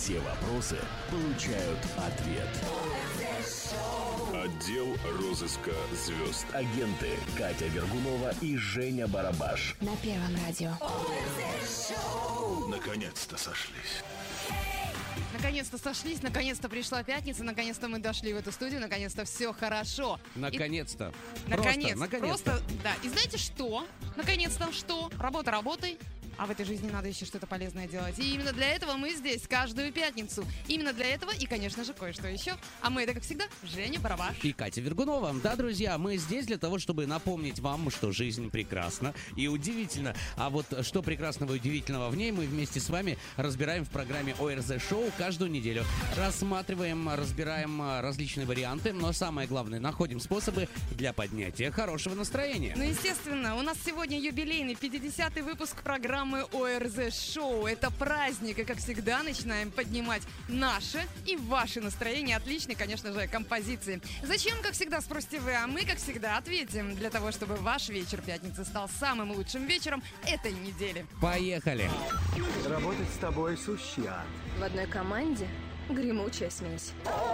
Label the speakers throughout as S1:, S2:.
S1: Все вопросы получают ответ.
S2: Отдел розыска звезд.
S1: Агенты Катя Вергунова и Женя Барабаш.
S3: На Первом радио.
S2: Наконец-то сошлись.
S4: Наконец-то сошлись, наконец-то пришла пятница, наконец-то мы дошли в эту студию, наконец-то все хорошо.
S5: Наконец-то.
S4: Наконец-то.
S5: Наконец-то.
S4: Да. И знаете что? Наконец-то что? Работа работой. А в этой жизни надо еще что-то полезное делать. И именно для этого мы здесь каждую пятницу. Именно для этого и, конечно же, кое-что еще. А мы это, как всегда, Женя Барабаш.
S5: И Катя Вергунова. Да, друзья, мы здесь для того, чтобы напомнить вам, что жизнь прекрасна и удивительна. А вот что прекрасного и удивительного в ней, мы вместе с вами разбираем в программе ОРЗ Шоу каждую неделю. Рассматриваем, разбираем различные варианты, но самое главное, находим способы для поднятия хорошего настроения.
S4: Ну, естественно, у нас сегодня юбилейный 50-й выпуск программы ОРЗ Шоу. Это праздник, и, как всегда, начинаем поднимать наше и ваше настроение отличной, конечно же, композиции. Зачем, как всегда, спросите вы, а мы, как всегда, ответим. Для того, чтобы ваш вечер пятницы стал самым лучшим вечером этой недели.
S5: Поехали!
S6: Работать с тобой сущий ад.
S3: В одной команде гремучая смесь.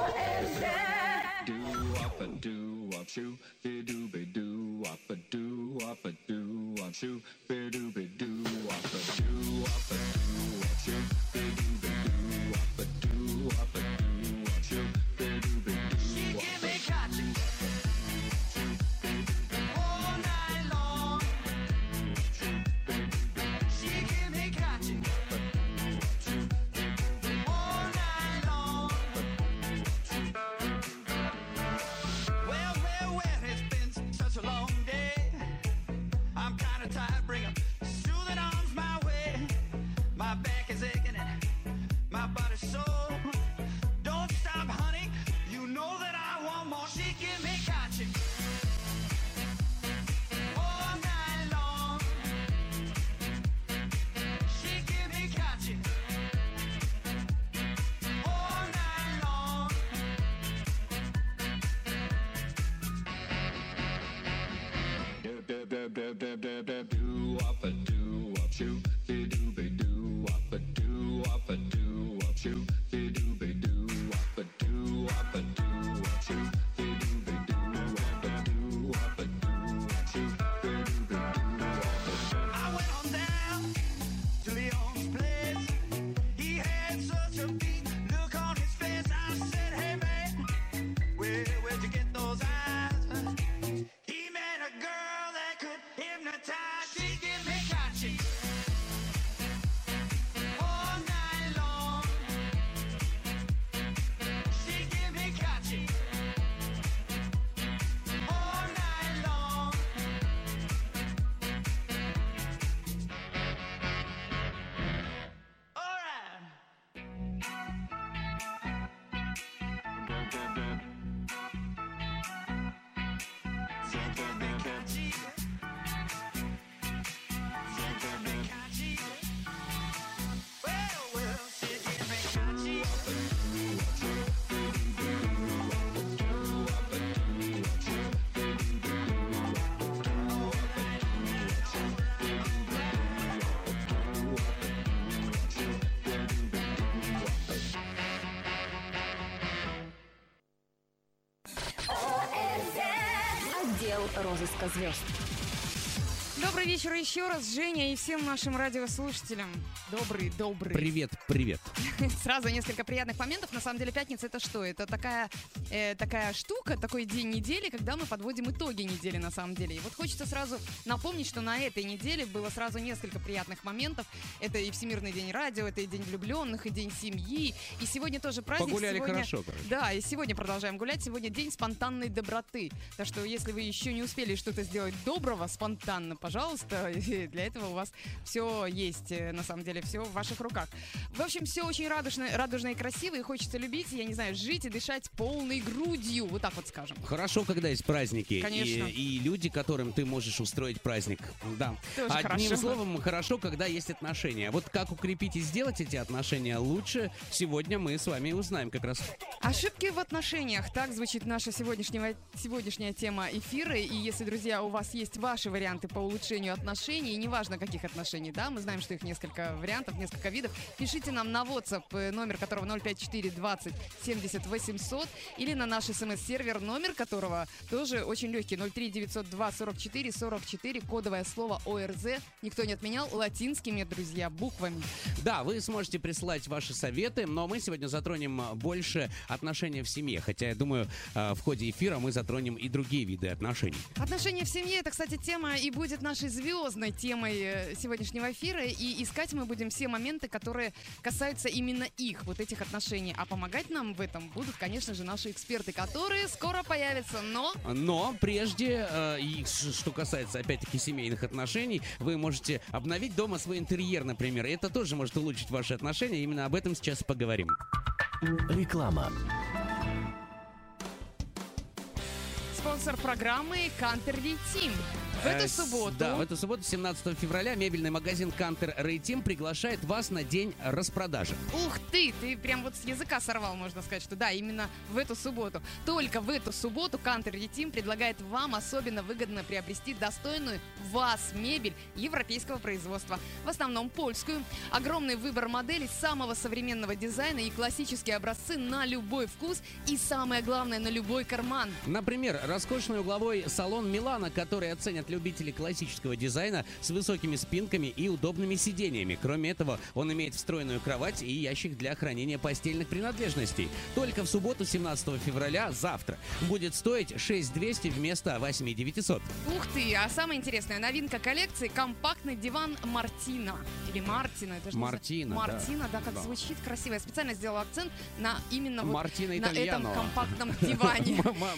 S3: Розыска звезд.
S4: Добрый вечер еще раз, Женя, и всем нашим радиослушателям. Добрый.
S5: Привет.
S4: Сразу несколько приятных моментов. На самом деле, пятница — это что? Это такая штука, такой день недели, когда мы подводим итоги недели, на самом деле. И вот хочется сразу напомнить, что на этой неделе было сразу несколько приятных моментов. Это и Всемирный день радио, это и День влюбленных, и День семьи. И сегодня тоже праздник.
S5: Погуляли хорошо, короче.
S4: Да, и сегодня продолжаем гулять. Сегодня День спонтанной доброты. Так что, если вы еще не успели что-то сделать доброго, спонтанно, пожалуйста, для этого у вас все есть, на самом деле, все в ваших руках. В общем, все очень радужно и красиво, и хочется любить, я не знаю, жить и дышать полной грудью, вот так вот скажем.
S5: Хорошо, когда есть праздники.
S4: Конечно.
S5: И люди, которым ты можешь устроить праздник. Да.
S4: Тоже
S5: Одним
S4: хорошо.
S5: словом, хорошо, когда есть отношения. Вот как укрепить и сделать эти отношения лучше, сегодня мы с вами узнаем как раз.
S4: Ошибки в отношениях. Так звучит наша сегодняшняя тема эфира. И если, друзья, у вас есть ваши варианты по улучшению улучшению отношений, и неважно каких отношений, да, мы знаем, что их несколько вариантов, несколько видов. Пишите нам на WhatsApp, номер которого 054 20 70 800, или на наш смс-сервер, номер которого тоже очень легкий, 03 902 44 44, кодовое слово ОРЗ, никто не отменял, латинскими, друзья, буквами.
S5: Да, вы сможете присылать ваши советы, но мы сегодня затронем больше отношения в семье, хотя, я думаю, в ходе эфира мы затронем и другие виды отношений.
S4: Отношения в семье — это, кстати, тема и будет нашей звездной темой сегодняшнего эфира, и искать мы будем все моменты, которые касаются именно их, вот этих отношений, а помогать нам в этом будут, конечно же, наши эксперты, которые скоро появятся, Но прежде,
S5: и что касается, опять-таки, семейных отношений, вы можете обновить дома свой интерьер, например, и это тоже может улучшить ваши отношения, именно об этом сейчас поговорим.
S1: Реклама.
S4: спонсор программы Canterbury Team. В эту субботу...
S5: Да, в эту субботу, 17 февраля, мебельный магазин Canterbury Team приглашает вас на день распродажи.
S4: Ух ты прям вот с языка сорвал, можно сказать, что да, именно в эту субботу. Только в эту субботу Canterbury Team предлагает вам особенно выгодно приобрести достойную вас мебель европейского производства. В основном польскую. Огромный выбор моделей самого современного дизайна и классические образцы на любой вкус и, самое главное, на любой карман.
S5: Например, роскошный угловой салон Милана, который оценят любители классического дизайна с высокими спинками и удобными сидениями. Кроме этого, он имеет встроенную кровать и ящик для хранения постельных принадлежностей. Только в субботу, 17 февраля, завтра, будет стоить 6200 вместо 8900.
S4: Ух ты! А самая интересная новинка коллекции — компактный диван Мартина. Или Мартина. Это же
S5: Мартина,
S4: Мартина, да, как звучит красиво. Я специально сделала акцент на именно вот
S5: Мартина
S4: на этом
S5: Итальяно.
S4: компактном диване.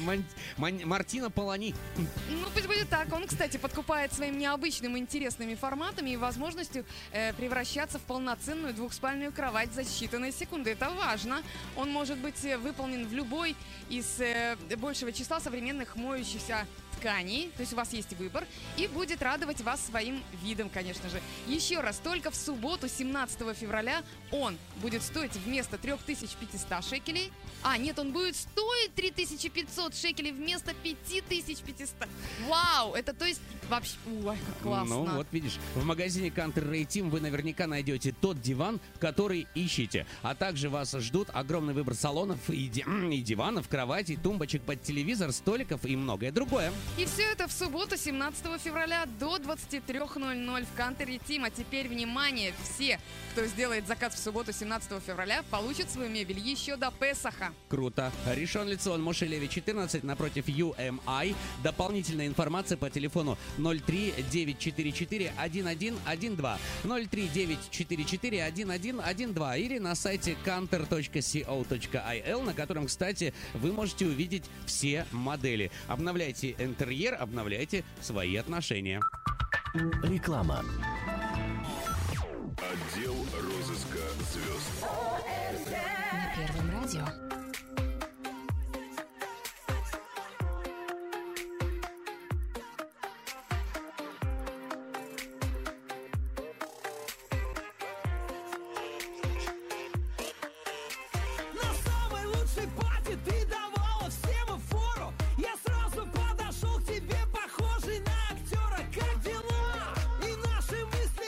S5: Мартина Полани.
S4: Ну, пусть будет так. Он, кстати, подкупает своим необычным и интересными форматами и возможностью превращаться в полноценную двухспальную кровать за считанные секунды. Это важно. Он может быть выполнен в любой из большего числа современных моющихся тканей, то есть у вас есть выбор, и будет радовать вас своим видом, конечно же. Еще раз, только в субботу, 17 февраля, он будет стоить вместо 3500 шекелей, он будет стоить 3500 шекелей вместо 5500. Вау, это то есть вообще, ой, как классно.
S5: Ну вот видишь, в магазине Canterbury Team вы наверняка найдете тот диван, который ищете, а также вас ждут огромный выбор салонов и диванов, кроватей, тумбочек под телевизор, столиков и многое другое.
S4: И все это в субботу, 17 февраля до 23:00 в Canterbury Team. А теперь, внимание, все, кто сделает заказ в субботу, 17 февраля, получат свою мебель еще до Песаха.
S5: Круто. Ришон Лецион, Мошелеви 14, напротив UMI. Дополнительная информация по телефону 03 944 1112, 03 944 1112 или на сайте canter.co.il, на котором, кстати, вы можете увидеть все модели. Обновляйте интерьер, обновляйте свои отношения.
S1: Реклама.
S2: Отдел розыска звезд.
S3: На Первом радио.
S7: Мысли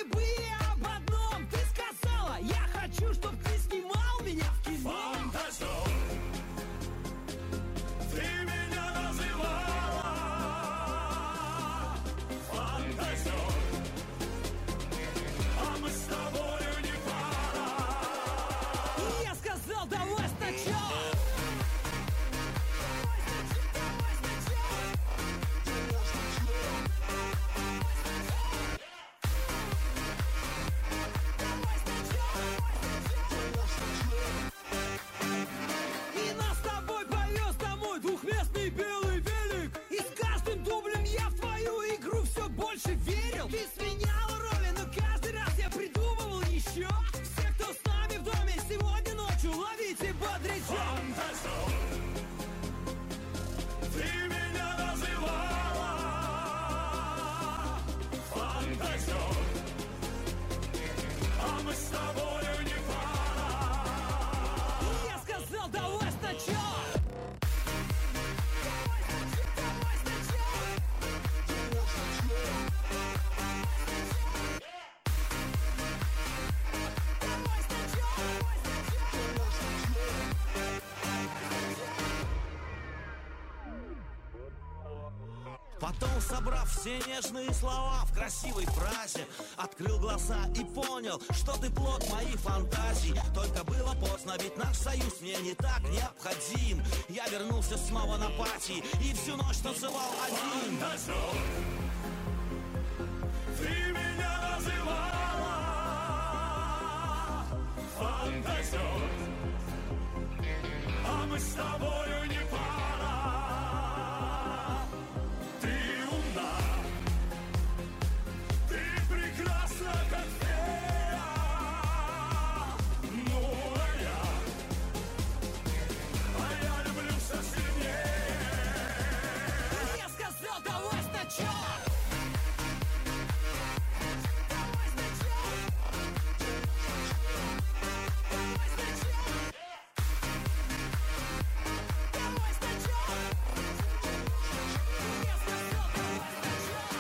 S7: Потом, собрав все нежные слова в красивой фразе, открыл глаза и понял, что ты плод моих фантазий. Только было поздно, ведь наш союз мне не так необходим. Я вернулся снова на пати и всю ночь танцевал один. Ты меня называла фантазер, а мы с тобою не пара. Ты умна, ты прекрасна, как фея. Ну, а я люблю все сильнее. Я сказал, давай сначала. Давай сначала. Давай сначала. Давай сначала. Я сказал, давай сначала.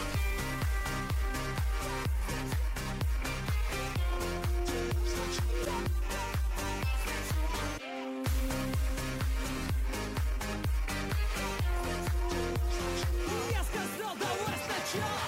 S7: Я сказал, давай сначала.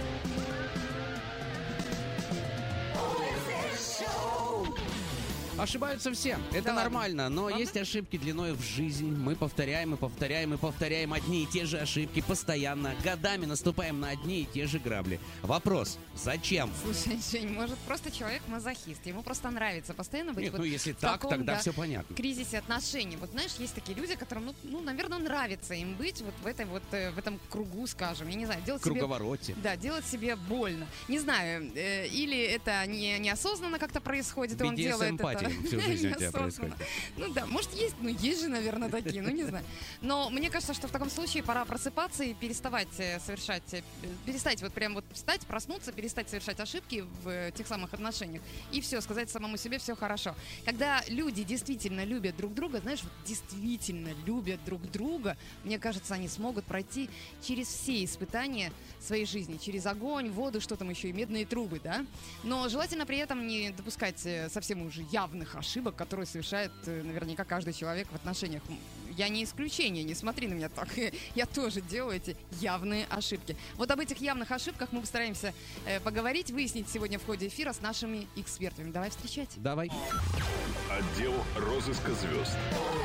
S5: Ошибаются все, это
S4: Да ладно.
S5: нормально, но есть ошибки длиной в жизнь. Мы повторяем и повторяем и повторяем одни и те же ошибки постоянно. Годами наступаем на одни и те же грабли. Вопрос, зачем?
S4: Слушай, Жень, может, просто человек мазохист, ему просто нравится постоянно быть
S5: Нет,
S4: вот
S5: ну если
S4: в
S5: так,
S4: таком,
S5: тогда
S4: да,
S5: все понятно.
S4: кризисе отношений. Вот знаешь, есть такие люди, которым, наверное, нравится им быть вот в этом кругу, скажем, я не знаю, делать себе...
S5: Круговороте.
S4: Да, делать себе больно. Не знаю, или это неосознанно как-то происходит, и он делает это...
S5: всю жизнь у тебя
S4: неосознанно.
S5: происходит.
S4: Ну да, может есть, есть же, наверное, такие, не знаю. Но мне кажется, что в таком случае пора просыпаться и перестать вот прям вот встать, проснуться, перестать совершать ошибки в тех самых отношениях. И все, сказать самому себе все хорошо. Когда люди действительно любят друг друга, знаешь, вот действительно любят друг друга, мне кажется, они смогут пройти через все испытания своей жизни, через огонь, воду, что там еще, и медные трубы, да? Но желательно при этом не допускать совсем уже явных ошибок, которые совершает наверняка каждый человек в отношениях. Я не исключение, не смотри на меня так. Я тоже делаю эти явные ошибки. Вот об этих явных ошибках мы постараемся поговорить, выяснить сегодня в ходе эфира с нашими экспертами. Давай встречать.
S5: Давай.
S2: Отдел розыска звезд.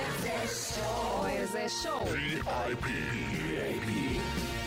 S4: ОРЗ-шоу.
S2: VIP.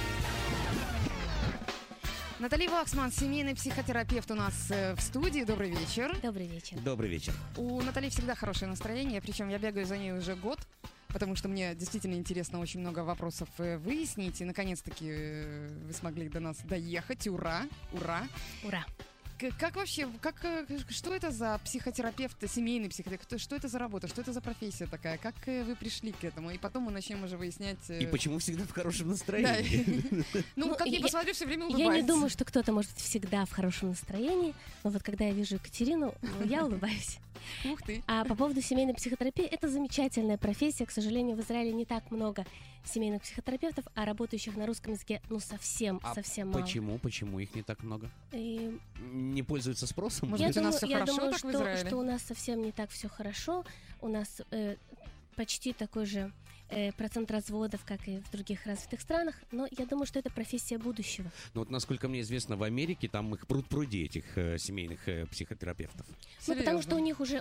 S4: Натали Ваксман, семейный психотерапевт у нас в студии. Добрый вечер.
S3: Добрый вечер.
S5: Добрый вечер.
S4: У Натали всегда хорошее настроение, причем я бегаю за ней уже год, потому что мне действительно интересно очень много вопросов выяснить. И наконец-таки вы смогли до нас доехать. Ура! Ура!
S3: Ура.
S4: Как вообще, что это за психотерапевт, семейный психотерапевт? Что это за работа? Что это за профессия такая? Как вы пришли к этому? И потом мы начнем уже выяснять...
S5: И почему всегда в хорошем настроении?
S4: Ну, как ни посмотрю, все время
S3: Я
S4: улыбается.
S3: не думаю, что кто-то может всегда в хорошем настроении, но вот когда я вижу Екатерину, я улыбаюсь.
S4: Ух ты.
S3: А по поводу семейной психотерапии, это замечательная профессия. К сожалению, в Израиле не так много семейных психотерапевтов, а работающих на русском языке, совсем мало.
S5: Почему их не так много?
S3: И
S5: Не пользуются спросом?
S4: Может быть, у нас всё
S3: я
S4: хорошо
S3: думаю,
S4: так в Израиле?
S3: что у нас совсем не так все хорошо. У нас почти такой же процент разводов, как и в других развитых странах, но я думаю, что это профессия будущего.
S5: Ну вот, насколько мне известно, в Америке там их пруд-пруди, этих семейных психотерапевтов.
S3: Ну, потому что у них уже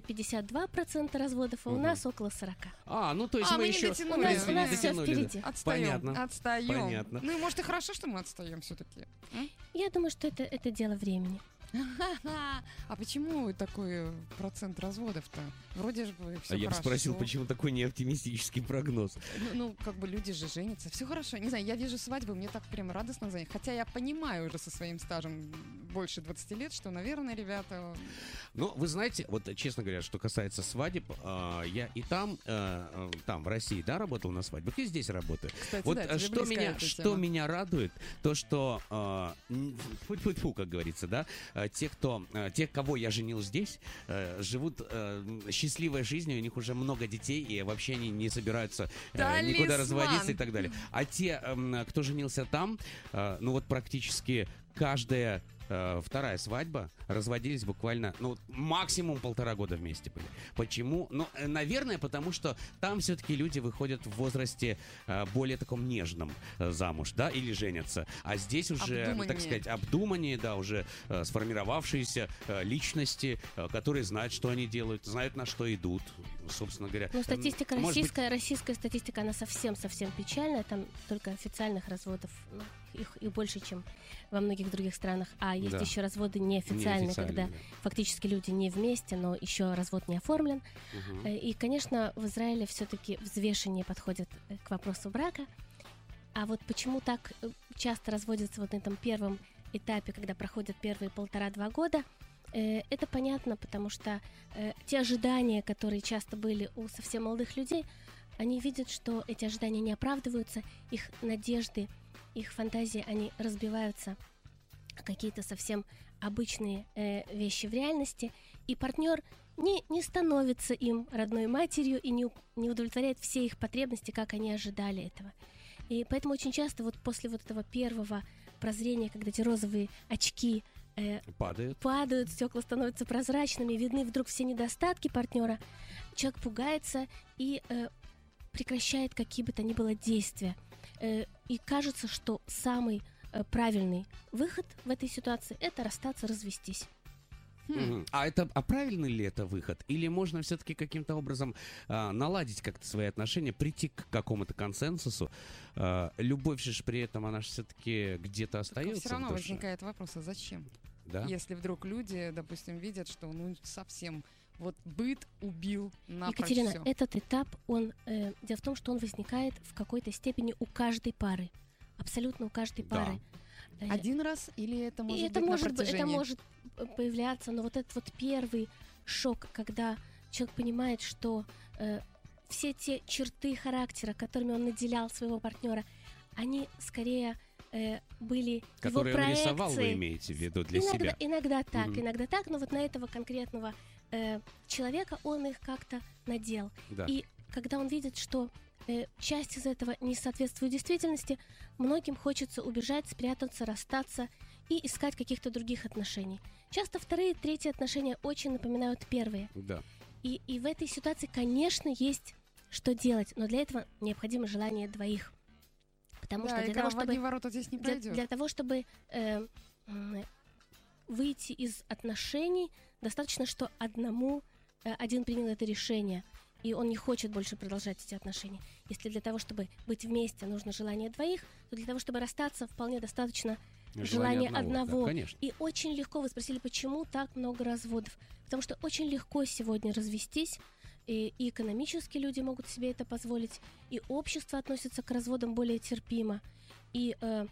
S3: 52% разводов, а у
S5: Мгм.
S3: нас около 40%.
S5: Ну то есть
S4: мы
S5: мы
S4: не
S5: еще...
S4: дотянули.
S3: У нас
S4: Извините.
S3: все
S5: дотянули, да.
S3: впереди.
S4: Отстаем.
S5: Понятно.
S4: Отстаем.
S5: Понятно.
S4: Ну и может и хорошо, что мы отстаем все-таки.
S3: Я думаю, что это дело времени.
S4: А почему такой процент разводов-то? Вроде же все
S5: Я бы спросил, почему такой неоптимистический прогноз.
S4: Ну, как бы люди же женятся. Все хорошо. Не знаю, я вижу свадьбу, мне так прям радостно за них. Хотя я понимаю уже со своим стажем больше 20 лет, что, наверное, ребята...
S5: Ну, вы знаете, вот честно говоря, что касается свадеб, я и там, в России, да, работал на свадьбах, и здесь работаю.
S4: Кстати,
S5: Вот
S4: да, тебе
S5: что
S4: близка эта
S5: что
S4: тема.
S5: меня радует, то что фу-фу-фу, как говорится, да, те, кого я женил здесь, живут счастливой жизнью, у них уже много детей, и вообще они не собираются
S4: Талисман!
S5: никуда разводиться и так далее. А те, кто женился там, ну вот практически каждая вторая свадьба, разводились буквально, максимум 1,5 года вместе были. Почему? Наверное, потому что там все-таки люди выходят в возрасте более таком нежном замуж, да, или женятся. А здесь уже, так сказать, обдуманние, да, уже сформировавшиеся личности, которые знают, что они делают, знают, на что идут, собственно говоря.
S3: Статистика российская статистика, она совсем печальная. Там только официальных разводов, их больше, чем во многих других странах. А есть еще разводы неофициальные, когда фактически люди не вместе, но еще развод не оформлен. И, конечно, в Израиле все-таки взвешеннее подходят к вопросу брака. А вот почему так часто разводятся вот на этом первом этапе, когда проходят первые 1,5-2 года, это понятно, потому что те ожидания, которые часто были у совсем молодых людей, они видят, что эти ожидания не оправдываются, их надежды, их фантазии, они разбиваются о какие-то совсем обычные вещи в реальности, и партнер не становится им родной матерью и не удовлетворяет все их потребности, как они ожидали этого. И поэтому очень часто вот после вот этого первого прозрения, когда эти розовые очки падают, стекла становятся прозрачными, видны вдруг все недостатки партнера, человек пугается и прекращает какие бы то ни было действия. И кажется, что самый правильный выход в этой ситуации – это расстаться, развестись.
S5: А правильный ли это выход? Или можно все-таки каким-то образом наладить как-то свои отношения, прийти к какому-то консенсусу? Любовь же при этом, она же все-таки где-то остается.
S4: Все равно возникает вопрос, а зачем?
S5: Да?
S4: Если вдруг люди, допустим, видят, что совсем быт убил напрочь
S3: Екатерина,
S4: всё.
S3: этот этап, дело в том, что он возникает в какой-то степени у каждой пары. Абсолютно у каждой пары.
S4: Один раз или это может быть
S3: на
S4: протяжении?
S3: Это может появляться, но вот этот вот первый шок, когда человек понимает, что все те черты характера, которыми он наделял своего партнера, они скорее были
S5: которые
S3: его проекцией.
S5: Он рисовал, вы имеете в виду, для себя?
S3: Иногда так, но вот на этого конкретного человека он их как-то надел.
S5: Да.
S3: И когда он видит, что часть из этого не соответствует действительности, многим хочется убежать, спрятаться, расстаться и искать каких-то других отношений. Часто вторые, третьи отношения очень напоминают первые.
S5: Да.
S3: И в этой ситуации, конечно, есть что делать, но для этого необходимо желание двоих. Потому что
S4: игра в одни ворота здесь не пройдет.
S3: для того, чтобы выйти из отношений, достаточно, что один принял это решение, и он не хочет больше продолжать эти отношения. Если для того, чтобы быть вместе, нужно желание двоих, то для того, чтобы расстаться, вполне достаточно желания одного.
S5: Да, конечно.
S3: И очень легко, вы спросили, почему так много разводов? Потому что очень легко сегодня развестись, и экономически люди могут себе это позволить, и общество относится к разводам более терпимо, и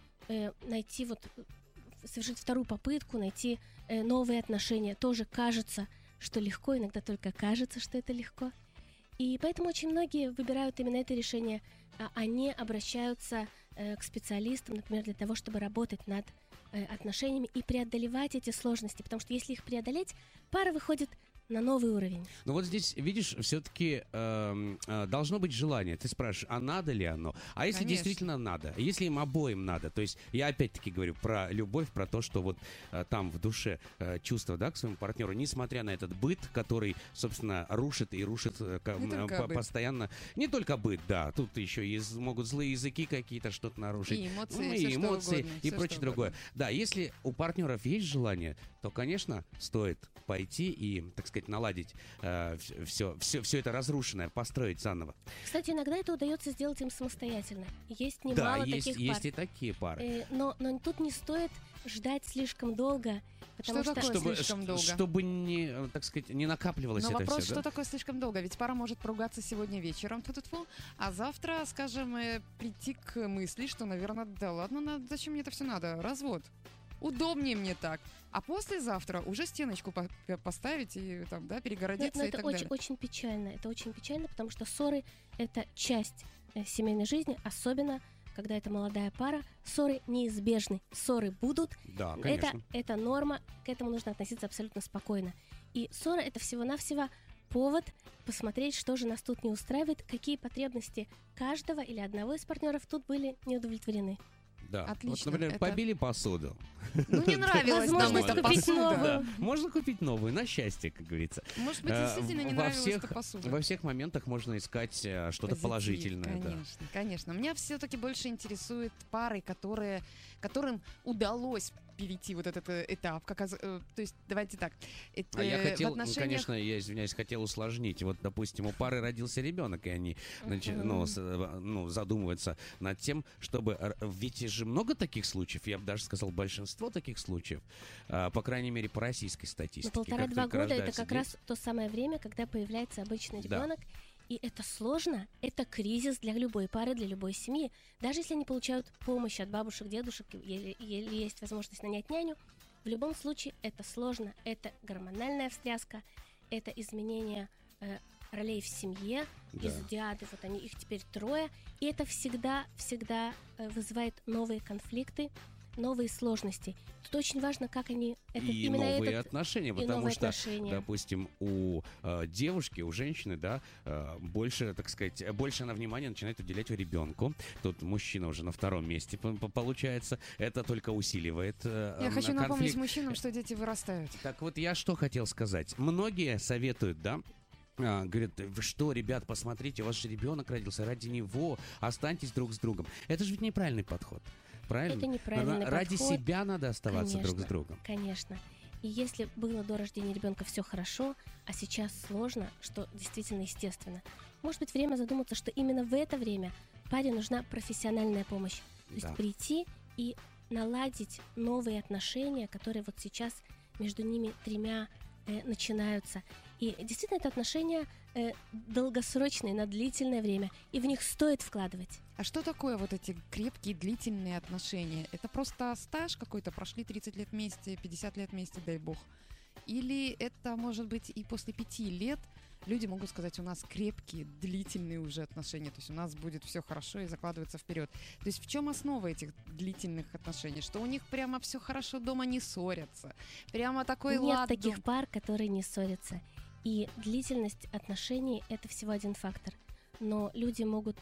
S3: совершить вторую попытку, найти новые отношения тоже кажется, что легко, иногда только кажется, что это легко. И поэтому очень многие выбирают именно это решение, а не обращаются к специалистам, например, для того, чтобы работать над отношениями и преодолевать эти сложности. Потому что если их преодолеть, пара выходит на новый уровень.
S5: Но вот здесь, видишь, все-таки должно быть желание. Ты спрашиваешь, а надо ли оно? А если действительно надо? Если им обоим надо? То есть я опять-таки говорю про любовь, про то, что вот там в душе чувства, да, к своему партнеру, несмотря на этот быт, который, собственно, рушит постоянно. Не только быт, да. Тут еще могут злые языки какие-то что-то нарушить.
S4: И эмоции,
S5: и прочее другое. Да, если у партнеров есть желание, то, конечно, стоит пойти и, так сказать, наладить все это разрушенное, построить заново.
S3: Кстати, иногда это удается сделать им самостоятельно. Есть немало таких пар.
S5: Есть и такие пары.
S3: Но тут не стоит ждать слишком долго. Потому что
S4: слишком долго?
S5: Чтобы не, так сказать, не накапливалось это все.
S4: Но вопрос,
S5: что
S4: такое слишком долго? Ведь пара может поругаться сегодня вечером, а завтра, скажем, прийти к мысли, что, наверное, да ладно, зачем мне это все надо? Развод. Удобнее мне так. А послезавтра уже стеночку поставить и там, да, перегородиться
S3: но
S4: и
S3: это
S4: так далее.
S3: Очень печально. Это очень печально, потому что ссоры — это часть семейной жизни, особенно когда это молодая пара. Ссоры неизбежны. Ссоры будут.
S5: Да, конечно.
S3: Это норма. К этому нужно относиться абсолютно спокойно. И ссора — это всего-навсего повод посмотреть, что же нас тут не устраивает, какие потребности каждого или одного из партнеров тут были не удовлетворены.
S5: Да.
S4: Отлично.
S5: Вот, например, побили посуду.
S4: Ну, не нравилась нам
S3: Возможность
S4: эта
S3: купить
S4: посуда.
S3: новую.
S5: Да. Можно купить новую, на счастье, как говорится.
S4: Может быть, действительно не нравилась эта посуда.
S5: Во всех моментах можно искать что-то
S4: Позитив,
S5: положительное. Да.
S4: Конечно, конечно. Меня все-таки больше интересуют пары, которым удалось перейти вот этот этап. То есть, давайте так.
S5: А я хотел,
S4: в отношениях...
S5: конечно, я извиняюсь, хотел усложнить. Вот, допустим, у пары родился ребенок, и они задумываются над тем, чтобы... Ведь же много таких случаев, я бы даже сказал, большинство таких случаев, по крайней мере, по российской статистике.
S3: 1,5-2 года — это как раз то самое время, когда появляется обычный ребенок. И это сложно, это кризис для любой пары, для любой семьи. Даже если они получают помощь от бабушек, дедушек, или есть возможность нанять няню, в любом случае это сложно. Это гормональная встряска, это изменение ролей в семье, из диады, вот они, их теперь 3, и это всегда вызывает новые конфликты, новые сложности. Тут очень важно, как они...
S5: И новые отношения, потому что, допустим, у девушки, у женщины, да, больше, так сказать, больше она внимания начинает уделять ребенку. Тут мужчина уже на 2-м месте получается. Это только усиливает
S4: Я хочу напомнить мужчинам, что дети вырастают.
S5: Так вот, я что хотел сказать. Многие советуют, да, говорят, вы что, ребят, посмотрите, у вас же ребенок родился, ради него останьтесь друг с другом. Это же ведь неправильный подход. Правильно?
S3: Это неправильный
S5: Ради
S3: подход.
S5: себя надо оставаться друг с другом.
S3: Конечно. И если было до рождения ребенка все хорошо, а сейчас сложно, что действительно естественно, может быть время задуматься, что именно в это время паре нужна профессиональная помощь. То есть прийти и наладить новые отношения, которые вот сейчас между ними 3 начинаются. И действительно это отношения долгосрочные, на длительное время, и в них стоит вкладывать.
S4: А что такое вот эти крепкие, длительные отношения? Это просто стаж какой-то, прошли 30 лет вместе, 50 лет вместе, дай бог? Или это, может быть, и после 5 лет люди могут сказать, у нас крепкие, длительные уже отношения, то есть у нас будет все хорошо и закладываться вперед. То есть в чем основа этих длительных отношений? Что у них прямо все хорошо, дома не ссорятся? Прямо такой лад.
S3: Нет таких пар, которые не ссорятся. И длительность отношений — это всего один фактор. Но люди могут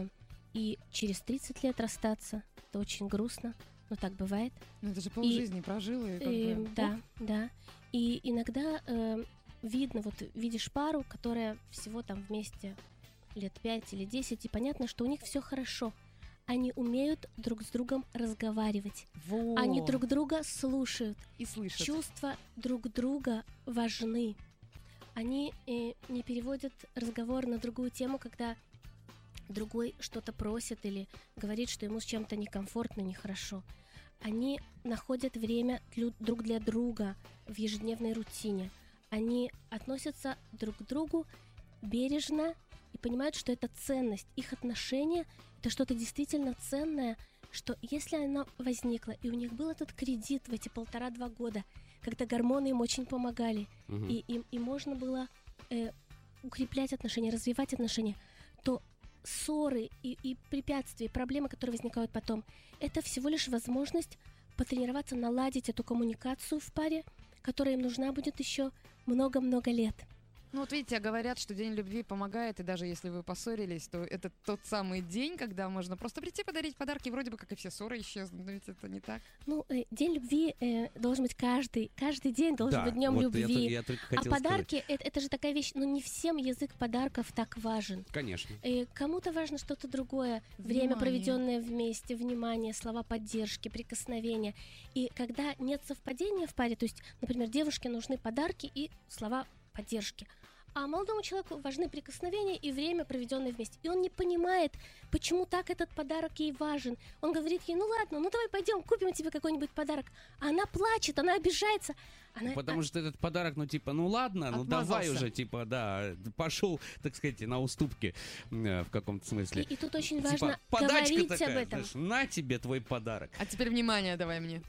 S3: и через 30 лет расстаться. Это очень грустно, но так бывает.
S4: Ну это же полжизни прожила.
S3: Да. И иногда видно, вот видишь пару, которая всего там вместе лет 5 или 10, и понятно, что у них все хорошо. Они умеют друг с другом разговаривать. Они друг друга слушают.
S4: И слышат.
S3: Чувства друг друга важны. Они не переводят разговор на другую тему, когда другой что-то просит или говорит, что ему с чем-то некомфортно, нехорошо. Они находят время друг для друга в ежедневной рутине. Они относятся друг к другу бережно и понимают, что это ценность. Их отношения — это что-то действительно ценное, что если оно возникло, и у них был этот кредит в эти 1,5-2 года, когда гормоны им очень помогали, и можно было укреплять отношения, развивать отношения, то ссоры и препятствия, проблемы, которые возникают потом, это всего лишь возможность потренироваться, наладить эту коммуникацию в паре, которая им нужна будет еще много-много лет.
S4: Ну вот видите, говорят, что День любви помогает, и даже если вы поссорились, то это тот самый день, когда можно просто прийти подарить подарки, вроде бы как и все ссоры исчезнут, но ведь это не так.
S3: Ну, День любви должен быть каждый день должен быть днем любви.
S5: Я только хотел
S3: подарки это же такая вещь, ну не всем язык подарков так важен.
S5: Конечно.
S3: Кому-то важно что-то другое, время, проведенное вместе, внимание, слова поддержки, прикосновения. И когда нет совпадения в паре, то есть, например, девушке нужны подарки и слова поддержки, а молодому человеку важны прикосновения и время, проведенное вместе. И он не понимает, почему так этот подарок ей важен. Он говорит ей, ну ладно, ну давай пойдем, купим тебе какой-нибудь подарок. А она плачет, она обижается.
S5: Потому что этот подарок, ну типа, ну ладно, ну давай уже, типа, да, пошел, так сказать, на уступки в каком-то смысле.
S3: И тут очень важно
S5: говорить
S3: об этом.
S5: Знаешь, на тебе твой подарок.
S4: А теперь внимание давай мне.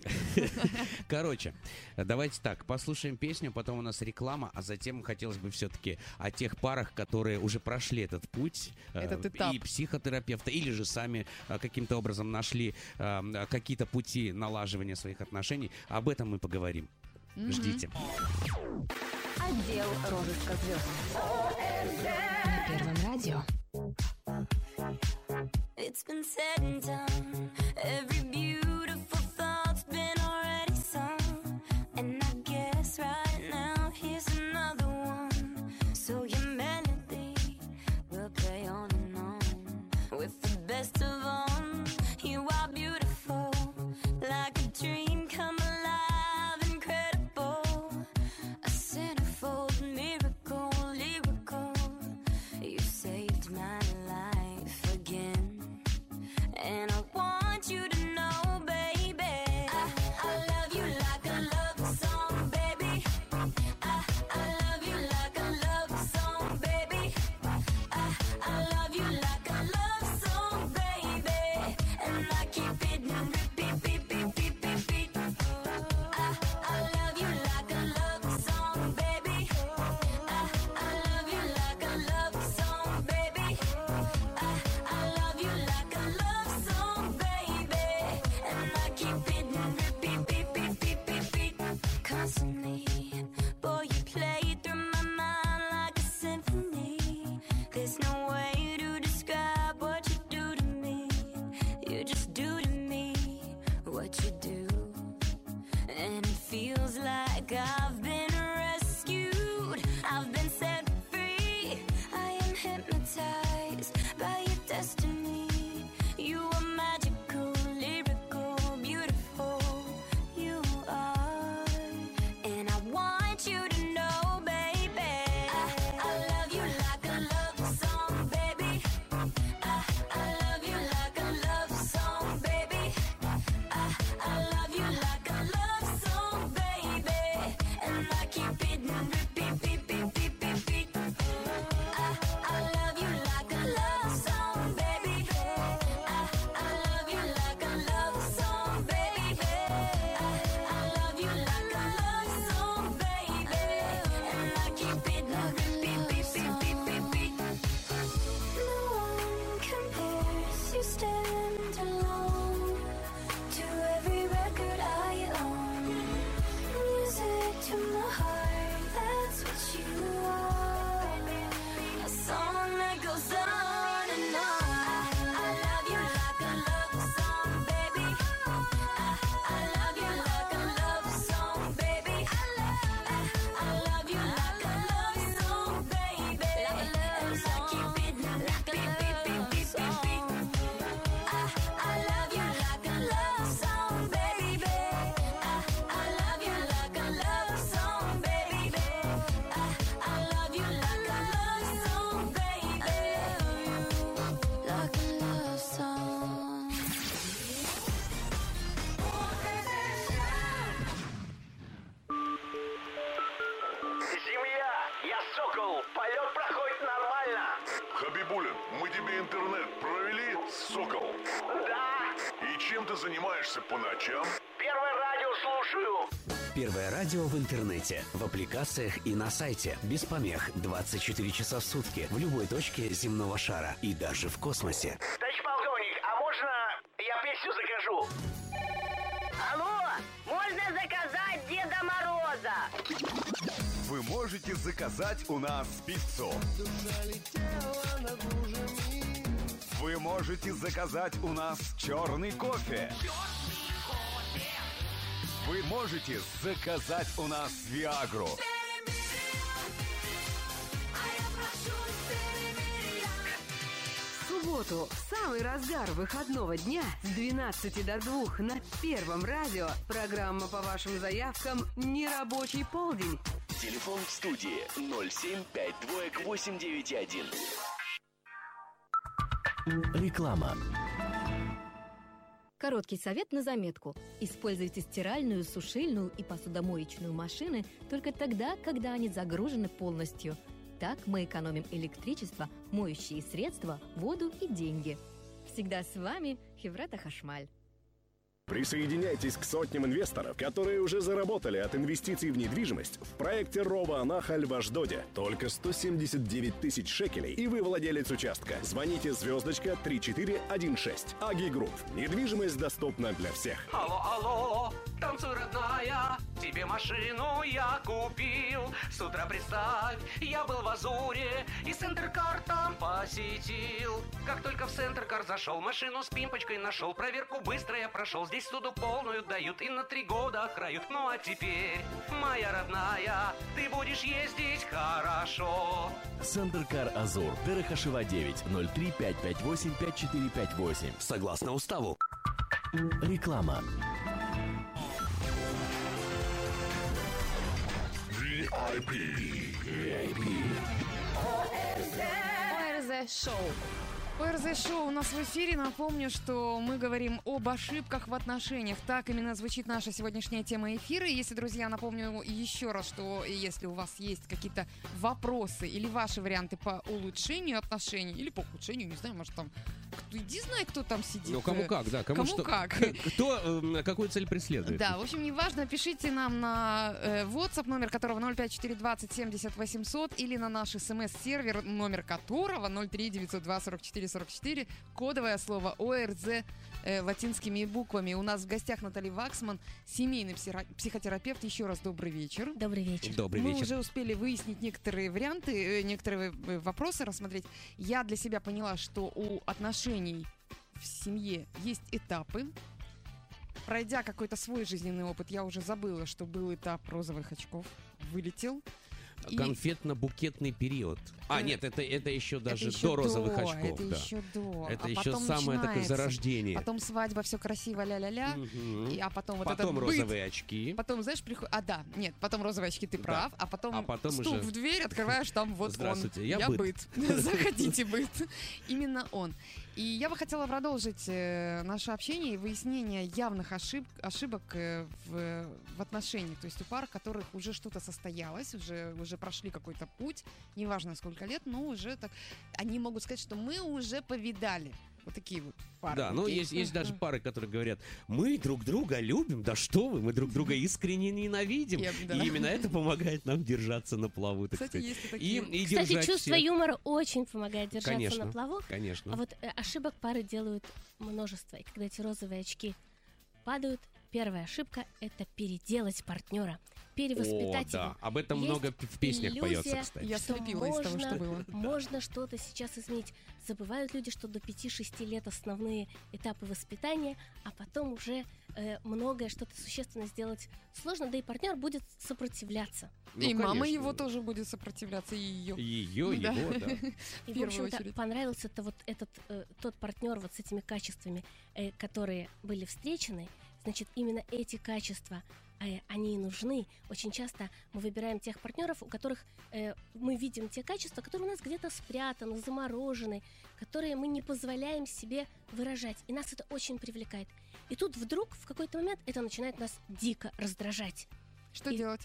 S5: Короче, давайте так, послушаем песню, потом у нас реклама, а затем хотелось бы все-таки о тех парах, которые уже прошли этот путь,
S4: этот этап.
S5: И психотерапевта, или же сами каким-то образом нашли какие-то пути налаживания своих отношений. Об этом мы поговорим. Ждите.
S8: Отдел розыска звезд. На Первом радио. It's been said and done. Every
S9: just do to me what you do. And it feels like I've been rescued, I've been set free. I am hypnotized by your destiny. You are magical, lyrical, beautiful. You are, and I want you to know, baby, I love you like a love song, baby. I love you like a love song, baby. I love you like a love song, baby. And I keep it and repeat, beep, beep, beep, beep, beep. I love you like a love song, baby. I love you like a love song, baby. I love you like a love song, baby. And I keep it and repeat, beep, beep, beep, beep, beep. No one compares, you stand alone to every record I own. Music to my heart, that's what you are. A song that goes on and on. I love you like a love song, baby. I love you like a love song, baby. I love you like a love song, baby. And I keep it like a beep, beep, beep, beep, beep. I love you like a love song, baby. I love you like a love song, baby. I love you like a love song, baby. Like a love song.
S7: Земля, я Сокол, полет проходит нормально.
S2: Хабибулин, мы тебе интернет провели, Сокол?
S7: Да,
S2: И чем ты занимаешься по ночам?
S7: Первое радио слушаю.
S1: Первое радио в интернете, в аппликациях и на сайте. Без помех 24 часа в сутки, в любой точке земного шара и даже в космосе.
S7: Товарищ полковник, а можно я песню закажу?
S10: Алло, можно заказать Деда Мороза?
S6: Вы можете заказать у нас пиццу. Вы можете заказать у нас черный кофе. Вы можете заказать у нас Виагру.
S11: В субботу, в самый разгар выходного дня, с 12 до 2 на Первом радио, программа по вашим заявкам «Нерабочий полдень».
S1: Телефон в студии 0752891. Реклама.
S12: Короткий совет на заметку. Используйте стиральную, сушильную и посудомоечную машины только тогда, когда они загружены полностью. Так мы экономим электричество, моющие средства, воду и деньги. Всегда с вами Хеврата Хашмаль.
S13: Присоединяйтесь к сотням инвесторов, которые уже заработали от инвестиций в недвижимость в проекте Рова-Анахаль в Аждоде. Только 179 тысяч шекелей, и вы владелец участка. Звоните звездочка 3416. Аги Групп. Недвижимость доступна для всех.
S5: Алло, алло, танцуй, родная, тебе машину я купил. С утра представь, я был в Азуре и Центркар там посетил. Как только в Центркар зашел, машину с пимпочкой нашел, проверку быстро я прошел. Здесь суду полную дают и на 3 года крают. Ну а теперь, моя родная, ты будешь ездить хорошо.
S1: Центркар Азур, Дерехашева 9, 03 558 5458.
S5: Согласно уставу.
S1: Реклама.
S4: ОРЗ-шоу. ОРЗ-шоу у нас в эфире. Напомню, что мы говорим об ошибках в отношениях. Так именно звучит наша сегодняшняя тема эфира. И если, друзья, напомню еще раз, что если у вас есть какие-то вопросы или ваши варианты по улучшению отношений или по ухудшению, не знаю, может там, иди знай, кто там сидит.
S5: Ну, кому как, да.
S4: Кому что, как.
S5: Кто какую цель преследует.
S4: Да, в общем, неважно, пишите нам на WhatsApp, номер которого 05420 70 800, или на наш смс-сервер, номер которого 03 902 44 44, кодовое слово ОРЗ латинскими буквами. У нас в гостях Наталья Ваксман, семейный психотерапевт. Еще раз добрый вечер.
S3: Добрый вечер.
S5: Добрый
S4: Мы
S5: вечер.
S4: уже успели выяснить некоторые варианты, некоторые вопросы рассмотреть. Я для себя поняла, что у отношений в семье есть этапы. Пройдя какой-то свой жизненный опыт, я уже забыла, что был этап розовых очков. Вылетел.
S5: Конфетно-букетный период. Нет, это еще даже до розовых очков.
S4: Это еще до.
S5: Это еще самое такое зарождение.
S4: Потом свадьба, все красиво, ля-ля-ля. А потом вот
S5: потом
S4: этот
S5: розовые очки.
S4: Потом, знаешь, потом розовые очки, ты прав. А потом стук
S5: уже...
S4: в дверь, открываешь, там вот
S5: Здравствуйте,
S4: он.
S5: я быт.
S4: Заходите, быт. Именно он. И я бы хотела продолжить наше общение и выяснение явных ошибок в отношениях. То есть у пар, у которых уже что-то состоялось, уже прошли какой-то путь, неважно сколько лет, но уже так, они могут сказать, что мы уже повидали. Вот такие вот пары.
S5: Да, но есть даже пары, которые говорят, мы друг друга любим, да что вы, мы друг друга искренне ненавидим. И именно это помогает нам держаться на плаву, так сказать.
S4: Есть такие.
S3: Кстати, чувство юмора очень помогает держаться
S5: конечно,
S3: на плаву.
S5: Конечно.
S3: А вот ошибок пары делают множество. И когда эти розовые очки падают, первая ошибка — это переделать партнера. Перевоспитать его.
S5: Об этом есть много в песнях поется, кстати.
S4: Я слепила из того, что было.
S3: Можно что-то сейчас изменить. Забывают люди, что до 5-6 лет основные этапы воспитания, а потом уже многое что-то существенно сделать сложно, да и партнер будет сопротивляться.
S4: И мама его тоже будет сопротивляться, и ее.
S5: Его, да.
S3: И, в общем-то, понравился тот партнер вот с этими качествами, которые были встречены. Значит, именно эти качества, они и нужны. Очень часто мы выбираем тех партнеров, у которых мы видим те качества, которые у нас где-то спрятаны, заморожены, которые мы не позволяем себе выражать. И нас это очень привлекает. И тут вдруг в какой-то момент это начинает нас дико раздражать.
S4: Что делать?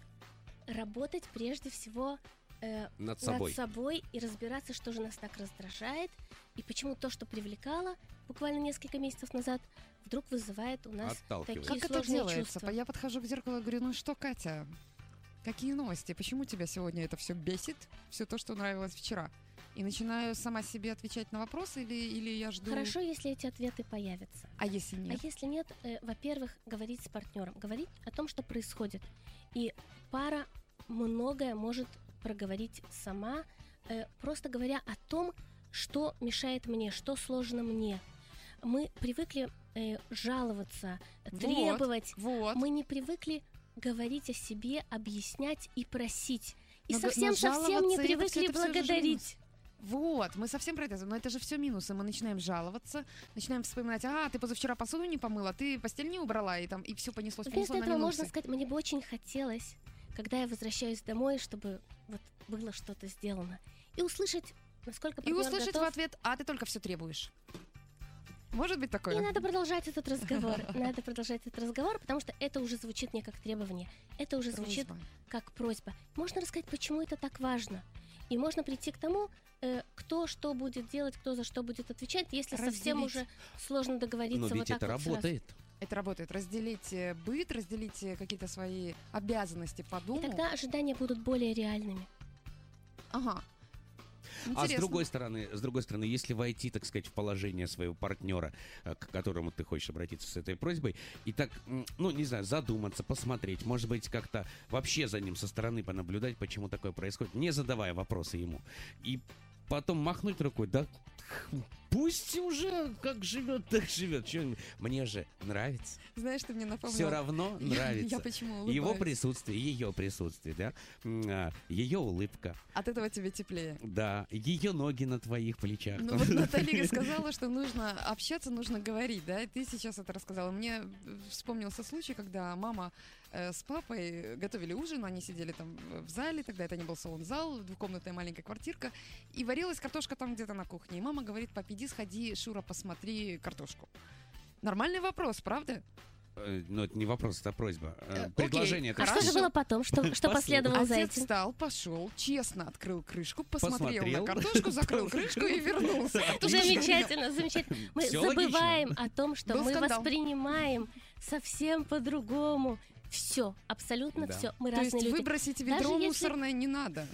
S3: Работать прежде всего над собой и разбираться, что же нас так раздражает, и почему то, что привлекало буквально несколько месяцев назад, вдруг вызывает у нас такие
S4: как
S3: сложные
S4: это делается?
S3: чувства.
S4: Я подхожу к зеркалу и говорю, ну что, Катя, какие новости? Почему тебя сегодня это все бесит? Все то, что нравилось вчера? И начинаю сама себе отвечать на вопросы или я жду...
S3: Хорошо, если эти ответы появятся.
S4: А если нет?
S3: А если нет, во-первых, говорить с партнером, говорить о том, что происходит. И пара многое может проговорить сама, просто говоря о том, что мешает мне, что сложно мне. Мы привыкли жаловаться, требовать.
S4: Вот.
S3: Мы не привыкли говорить о себе, объяснять и просить. И совсем-совсем не привыкли благодарить.
S4: Вот, мы совсем про это, но это же все минусы. Мы начинаем жаловаться, начинаем вспоминать, ты позавчера посуду не помыла, ты постель не убрала, и все понеслось на минусы.
S3: Вместо этого можно сказать, мне бы очень хотелось, когда я возвращаюсь домой, чтобы вот было что-то сделано. И услышать, насколько партнер готов.
S4: И услышать в ответ, ты только все требуешь. Может быть такое?
S3: И надо продолжать этот разговор. Потому что это уже звучит не как требование. Это уже звучит как просьба. Можно рассказать, почему это так важно. И можно прийти к тому, кто что будет делать, кто за что будет отвечать, если совсем уже сложно договориться.
S5: Но ведь это работает.
S4: Это работает. Разделить быт, разделить какие-то свои обязанности по дому.
S3: И тогда ожидания будут более реальными.
S4: Ага.
S5: Интересно. А с другой стороны, если войти, так сказать, в положение своего партнера, к которому ты хочешь обратиться с этой просьбой, и так, не знаю, задуматься, посмотреть, может быть, как-то вообще за ним со стороны понаблюдать, почему такое происходит, не задавая вопросы ему, и потом махнуть рукой, да пусть уже как живет, так живет. Мне же нравится.
S4: Знаешь, ты мне напомнила.
S5: Все равно нравится.
S4: Я почему улыбаюсь?
S5: Его присутствие, ее присутствие, да? Ее улыбка.
S4: От этого тебе теплее.
S5: Да, ее ноги на твоих плечах.
S4: Ну вот Наталья сказала, что нужно общаться, нужно говорить, да? И ты сейчас это рассказала. Мне вспомнился случай, когда мама с папой готовили ужин, они сидели там в зале, тогда это не был салон-зал, двухкомнатная маленькая квартирка, и варилась картошка там где-то на кухне. И мама говорит: папе, иди сходи, Шура, посмотри картошку. Нормальный вопрос, правда?
S5: Ну, это не вопрос, это просьба. Предложение.
S3: А что же было потом? Что последовало за этим?
S4: Отец встал, пошел, честно открыл крышку, посмотрел на картошку, закрыл крышку и вернулся.
S3: Замечательно, замечательно. Мы забываем о том, что мы воспринимаем совсем по-другому. Все, абсолютно все. Мы разные люди.
S4: То есть выбросить ведро мусорное не надо.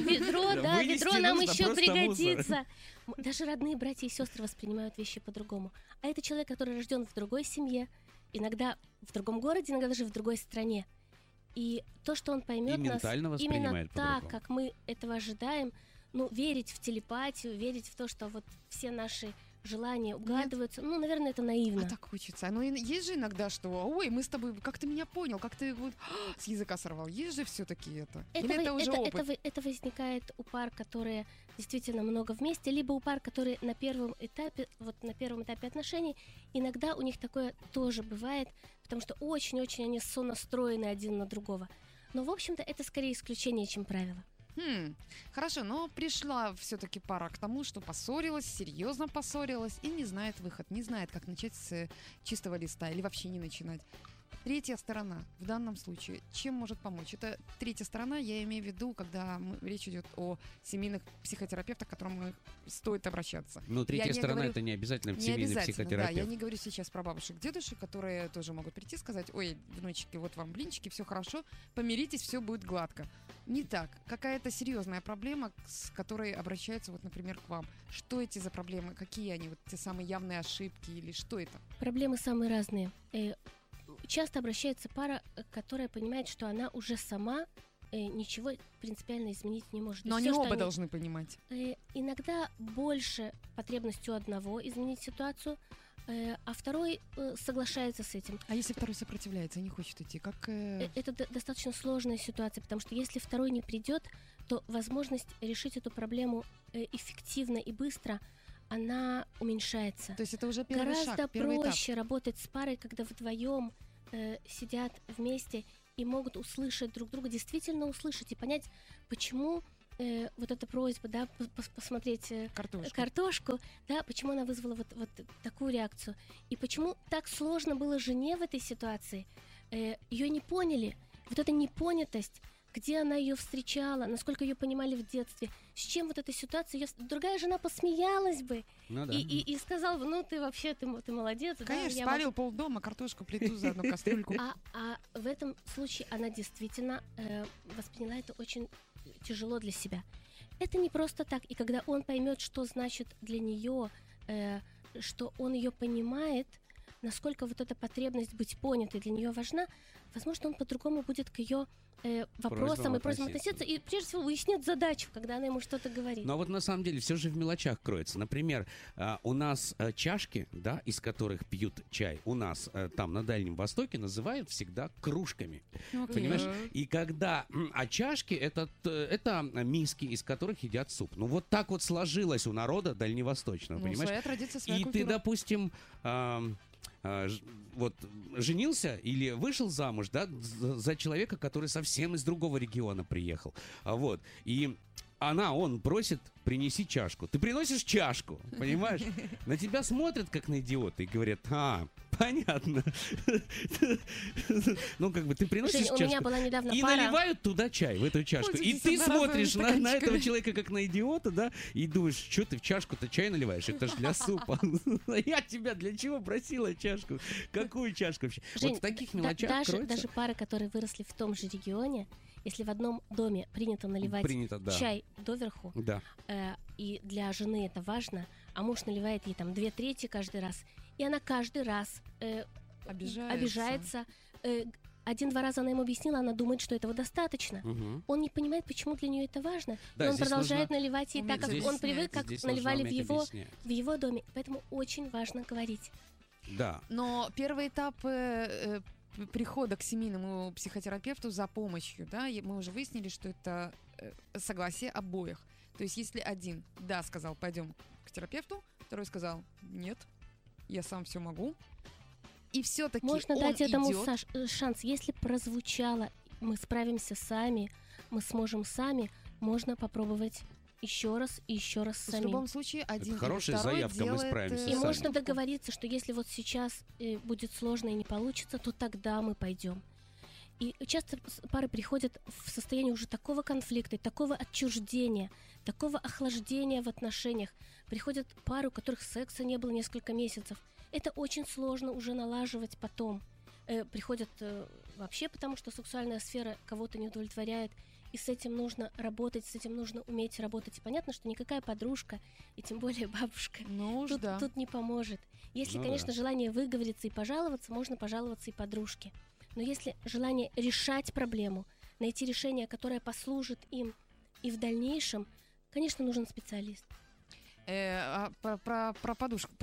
S3: Ведро нам еще пригодится. Даже родные братья и сестры воспринимают вещи по-другому. А это человек, который рожден в другой семье, иногда в другом городе, иногда даже в другой стране. И то, что он поймет нас именно так, как мы этого ожидаем, верить в телепатию, верить в то, что вот все наши желания угадываются. Ну, наверное, это наивно.
S4: А так хочется. Но есть же иногда, что, ой, мы с тобой, как ты меня понял, как ты вот с языка сорвал. Есть же все-таки это? Или это уже опыт?
S3: Это возникает у пар, которые действительно много вместе, либо у пар, которые на первом этапе отношений, иногда у них такое тоже бывает, потому что очень-очень они сонастроены один на другого. Но, в общем-то, это скорее исключение, чем правило.
S4: Хорошо, но пришла все-таки пара к тому, что поссорилась, серьезно поссорилась и не знает выход, не знает, как начать с чистого листа или вообще не начинать. Третья сторона в данном случае чем может помочь? Это третья сторона, я имею в виду, когда речь идет о семейных психотерапевтах, к которым стоит обращаться.
S5: Но третья сторона это не обязательно семейный психотерапевт.
S4: Да, я не говорю сейчас про бабушек, дедушек, которые тоже могут прийти и сказать: ой, внучки, вот вам блинчики, все хорошо, помиритесь, все будет гладко. Не так. Какая-то серьезная проблема, с которой обращаются, вот, например, к вам. Что эти за проблемы? Какие они? Вот те самые явные ошибки или что это?
S3: Проблемы самые разные. Часто обращается пара, которая понимает, что она уже сама ничего принципиально изменить не может.
S4: Но они оба должны понимать.
S3: Иногда больше потребность у одного изменить ситуацию, а второй соглашается с этим.
S4: А если второй сопротивляется, не хочет идти, как...
S3: Это достаточно сложная ситуация, потому что если второй не придет, то возможность решить эту проблему эффективно и быстро, она уменьшается.
S4: То есть это уже первый шаг,
S3: гораздо проще работать с парой, когда вдвоем сидят вместе и могут услышать друг друга, действительно услышать и понять, почему вот эта просьба, да, посмотреть картошку, да, почему она вызвала вот такую реакцию, и почему так сложно было жене в этой ситуации. Ее не поняли, вот эта непонятость, где она ее встречала, насколько ее понимали в детстве, с чем вот эта ситуация, другая жена посмеялась бы,
S5: ну, да.
S3: и сказала бы: ну ты вообще, ты молодец.
S4: Конечно, да, спалил полдома, картошку, плиту за одну кастрюльку.
S3: А в этом случае она действительно восприняла это очень тяжело для себя. Это не просто так, и когда он поймет, что значит для нее, что он ее понимает, насколько вот эта потребность быть понятой для нее важна, возможно, он по-другому будет к ее вопросам и просьбам относиться, и прежде всего уяснит задачу, когда она ему что-то говорит.
S5: Но вот на самом деле все же в мелочах кроется. Например, у нас чашки, да, из которых пьют чай, у нас там на Дальнем Востоке называют всегда кружками. Понимаешь? И когда... А чашки это миски, из которых едят суп. Ну вот так вот сложилось у народа дальневосточного, понимаешь?
S4: Своя традиция, своя
S5: и
S4: культура.
S5: Ты, допустим... вот женился или вышел замуж, да, за человека, который совсем из другого региона приехал, вот, и он просит: принеси чашку. Ты приносишь чашку, понимаешь? На тебя смотрят как на идиота и говорят: понятно. Ну, как бы ты приносишь чашку,
S3: у меня была недавно
S5: и
S3: пара...
S5: наливают туда чай, в эту чашку. И ты смотришь на этого человека как на идиота, да, и думаешь: что ты в чашку-то чай наливаешь? Это же для супа. Я тебя для чего просила чашку? Какую чашку вообще?
S3: Жень,
S5: вот в таких мелочах кроется.
S3: Даже пары, которые выросли в том же регионе, если в одном доме принято наливать чай доверху,
S5: да.
S3: И для жены это важно, а муж наливает ей там 2/3 каждый раз, и она каждый раз обижается. 1-2 раза она ему объяснила, она думает, что этого достаточно. Он не понимает, почему для нее это важно. Да, и он продолжает наливать ей так, как он привык, как наливали в его доме. Поэтому очень важно говорить.
S5: Да.
S4: Но первый этап прихода к семейному психотерапевту за помощью, да, мы уже выяснили, что это согласие обоих. То есть если один сказал: пойдем к терапевту, второй сказал: нет, я сам все могу, и все-таки
S3: можно дать этому шанс. Если прозвучало: мы справимся сами, мы сможем сами, можно попробовать еще раз и еще раз самим.
S4: В любом случае, один или
S5: хорошая
S4: второй
S5: заявка,
S4: делает...
S5: мы справимся
S3: И
S5: сами.
S3: можно договориться, что если вот сейчас будет сложно и не получится, то тогда мы пойдем. И часто пары приходят в состояние уже такого конфликта, такого отчуждения, такого охлаждения в отношениях. Приходят пары, у которых секса не было несколько месяцев. Это очень сложно уже налаживать потом. Приходят вообще потому, что сексуальная сфера кого-то не удовлетворяет. И с этим нужно работать, с этим нужно уметь работать. И понятно, что никакая подружка, и тем более бабушка, тут не поможет. Если, конечно, желание выговориться и пожаловаться, можно пожаловаться и подружке. Но если желание решать проблему, найти решение, которое послужит им и в дальнейшем, конечно, нужен специалист.
S4: Про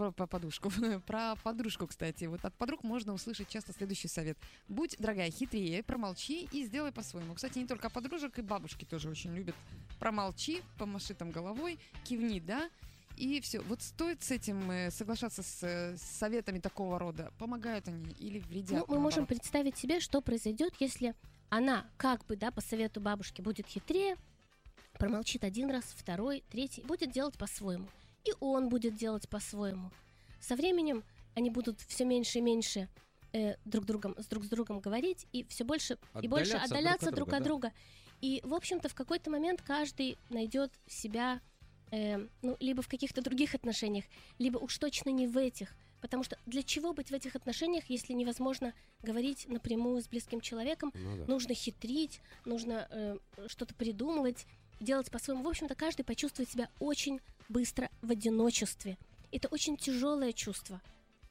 S4: подружку, кстати. Вот от подруг можно услышать часто следующий совет. Будь, дорогая, хитрее, промолчи и сделай по-своему. Кстати, не только подружек, и бабушки тоже очень любят. Промолчи, помаши там головой, кивни, да, и все. Вот стоит с этим соглашаться с советами такого рода? Помогают они или вредят?
S3: Мы можем представить себе, что произойдет, если она как бы, да, по совету бабушки будет хитрее, промолчит один раз, второй, третий, будет делать по-своему. И он будет делать по-своему. Со временем они будут все меньше и меньше друг с другом говорить и все больше и больше отдаляться друг от друга. И, в общем-то, в какой-то момент каждый найдет себя либо в каких-то других отношениях, либо уж точно не в этих. Потому что для чего быть в этих отношениях, если невозможно говорить напрямую с близким человеком? Нужно хитрить, нужно что-то придумывать, делать по-своему. В общем-то, каждый почувствует себя очень быстро в одиночестве. Это очень тяжелое чувство.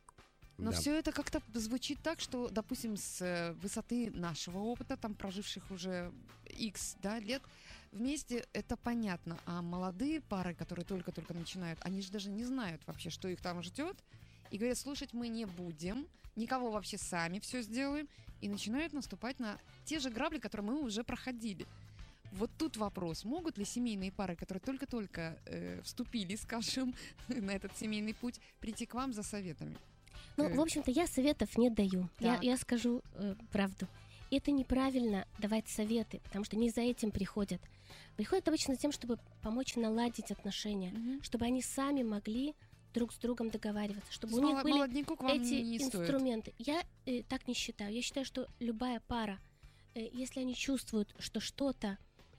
S4: Но все это как-то звучит так, что, допустим, с высоты нашего опыта, там проживших уже X лет, вместе это понятно. А молодые пары, которые только-только начинают, они же даже не знают вообще, что их там ждет. И говорят, слушать мы не будем, никого вообще сами все сделаем. И начинают наступать на те же грабли, которые мы уже проходили. Вот тут вопрос, могут ли семейные пары, которые только-только вступили, скажем, на этот семейный путь, прийти к вам за советами?
S3: В общем-то, я советов не даю. Я скажу правду. Это неправильно давать советы, потому что не за этим приходят. Приходят обычно за тем, чтобы помочь наладить отношения, чтобы они сами могли друг с другом договариваться, чтобы у них были эти инструменты. Я так не считаю. Я считаю, что любая пара, если они чувствуют, что что-то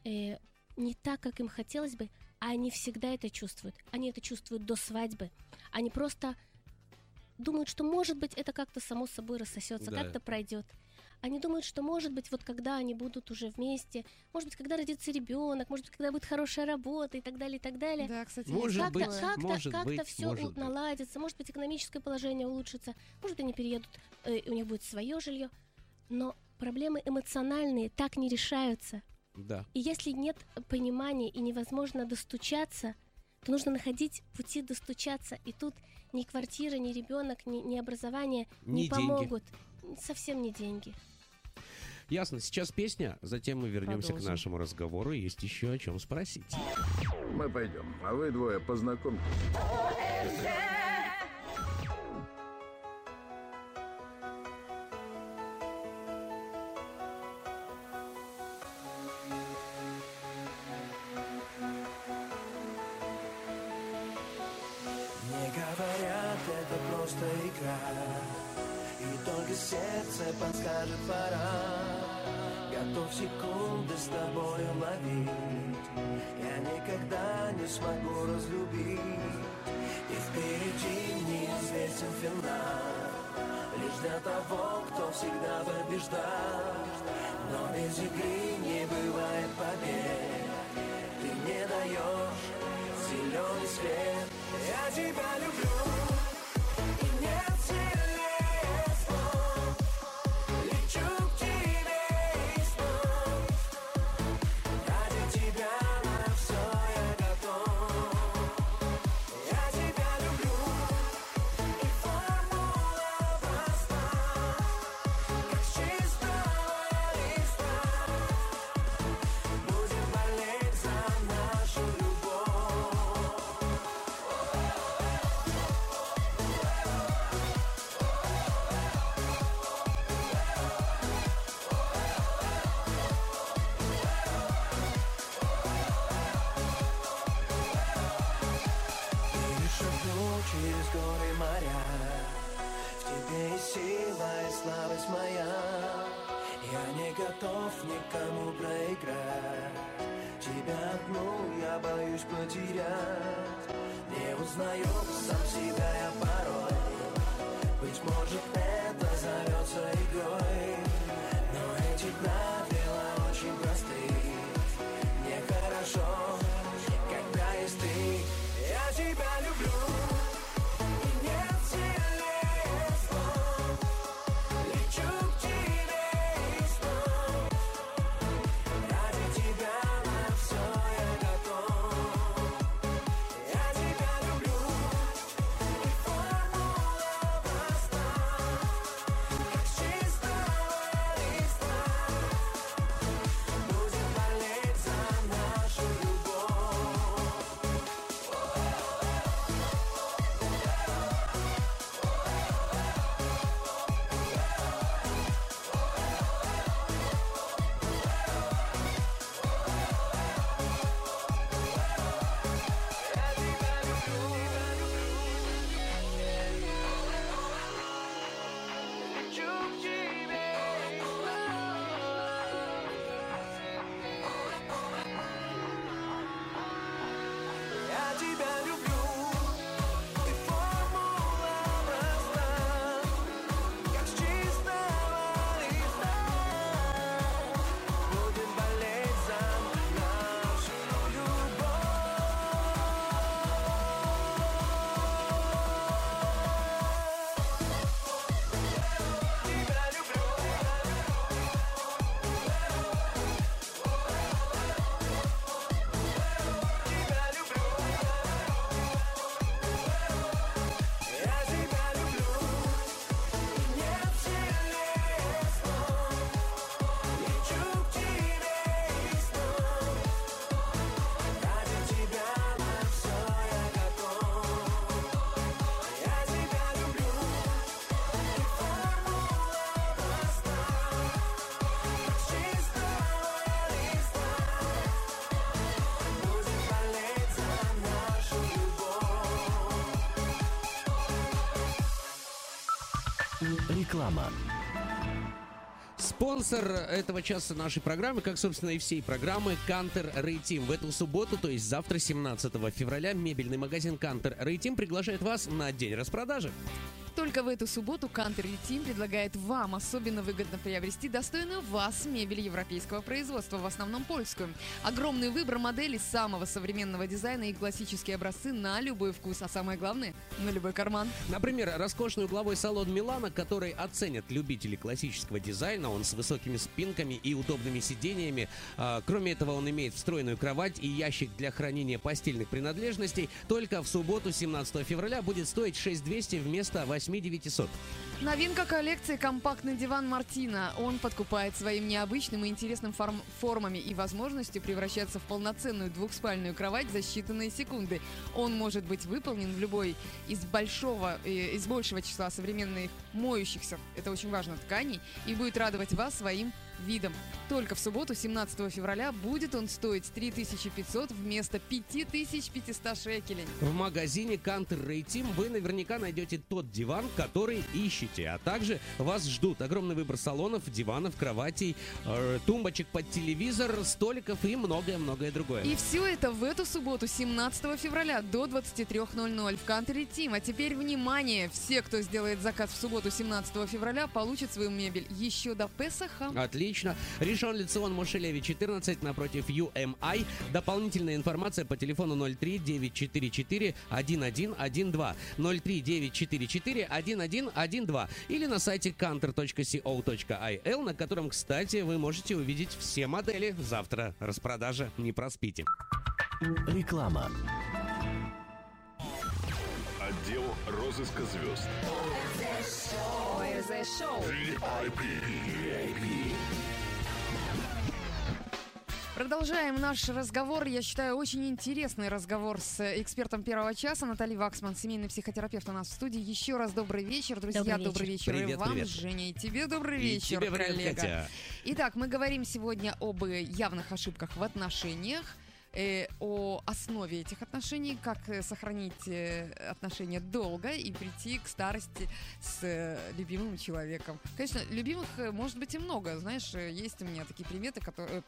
S3: не так, как им хотелось бы, а они всегда это чувствуют. Они это чувствуют до свадьбы. Они просто думают, что, может быть, это как-то само собой рассосется, как-то пройдет. Они думают, что, может быть, вот когда они будут уже вместе, может быть, когда родится ребенок, может быть, когда будет хорошая работа и так далее, и так далее.
S4: Да, кстати,
S3: как-то все наладится, может быть, экономическое положение улучшится, может быть, они переедут, у них будет свое жилье. Но проблемы эмоциональные так не решаются.
S5: Да.
S3: И если нет понимания и невозможно достучаться, то нужно находить пути достучаться. И тут ни квартира, ни ребенок, ни образование не помогут. Совсем не деньги.
S5: Ясно. Сейчас песня, затем мы вернемся к нашему разговору. Есть еще о чем спросить.
S2: Мы пойдем, а вы двое познакомьтесь.
S14: И только сердце подскажет пора. Готов секунды с тобой ловить. Я никогда не смогу разлюбить. И впереди неизвестен финал. Лишь для того, кто всегда побеждает. Но без игры не бывает побед. Ты мне даешь зеленый свет. Я тебя люблю. Никому проиграть. Тебя одну я боюсь потерять. Не узнаю сам себя я порой. Быть может, это зовется игрой. Но эти правила очень просты. Мне хорошо, когда есть ты. Я тебя люблю. Я тебя
S1: Реклама.
S5: Спонсор этого часа нашей программы, как, собственно, и всей программы, Кантер Рейтим. В эту субботу, то есть завтра, 17 февраля, мебельный магазин Кантер Рейтим приглашает вас на день распродажи.
S4: Только в эту субботу Кантер Рейтим предлагает вам особенно выгодно приобрести достойную вас мебель европейского производства, в основном польскую. Огромный выбор моделей самого современного дизайна и классические образцы на любой вкус, а самое главное – на любой карман.
S5: Например, роскошный угловой салон Милана, который оценят любители классического дизайна. Он с высокими спинками и удобными сидениями. Кроме этого, он имеет встроенную кровать и ящик для хранения постельных принадлежностей. Только в субботу, 17 февраля, будет стоить 6200 вместо 8900.
S4: Новинка коллекции – компактный диван Мартина. Он подкупает своим необычным и интересным формами и возможностью превращаться в полноценную двухспальную кровать за считанные секунды. Он может быть выполнен в любой из большего числа современных моющихся, это очень важно, тканей, и будет радовать вас своим видом. Только в субботу, 17 февраля, будет он стоить 3500 вместо 5500 шекелей.
S5: В магазине Кантер Рейтим вы наверняка найдете тот диван, который ищете. А также вас ждут огромный выбор салонов, диванов, кроватей, тумбочек под телевизор, столиков и многое-многое другое.
S4: И все это в эту субботу, 17 февраля до 23:00 в Кантер Рейтим. А теперь внимание! Все, кто сделает заказ в субботу, 17 февраля, получат свою мебель еще до Песаха.
S5: Отлично. Ришон Лецион, Мошелеви, 14, напротив UMI. Дополнительная информация по телефону 03-944-1112. 03-944-1112. Или на сайте kanter.co.il, на котором, кстати, вы можете увидеть все модели. Завтра распродажа, не проспите.
S1: Реклама.
S2: Отдел розыска звезд.
S4: ОРЗ-шоу. Продолжаем наш разговор. Я считаю, очень интересный разговор с экспертом первого часа Натальей Ваксман, семейный психотерапевт у нас в студии. Еще раз добрый вечер, друзья. Добрый вечер.
S5: Привет,
S4: и вам,
S5: привет.
S4: Женя, и тебе добрый вечер,
S5: тебе привет,
S4: коллега.
S5: Катя.
S4: Итак, мы говорим сегодня об явных ошибках в отношениях, о основе этих отношений, как сохранить отношения долго и прийти к старости с любимым человеком. Конечно, любимых может быть и много. Знаешь, есть у меня такие примеры, которые...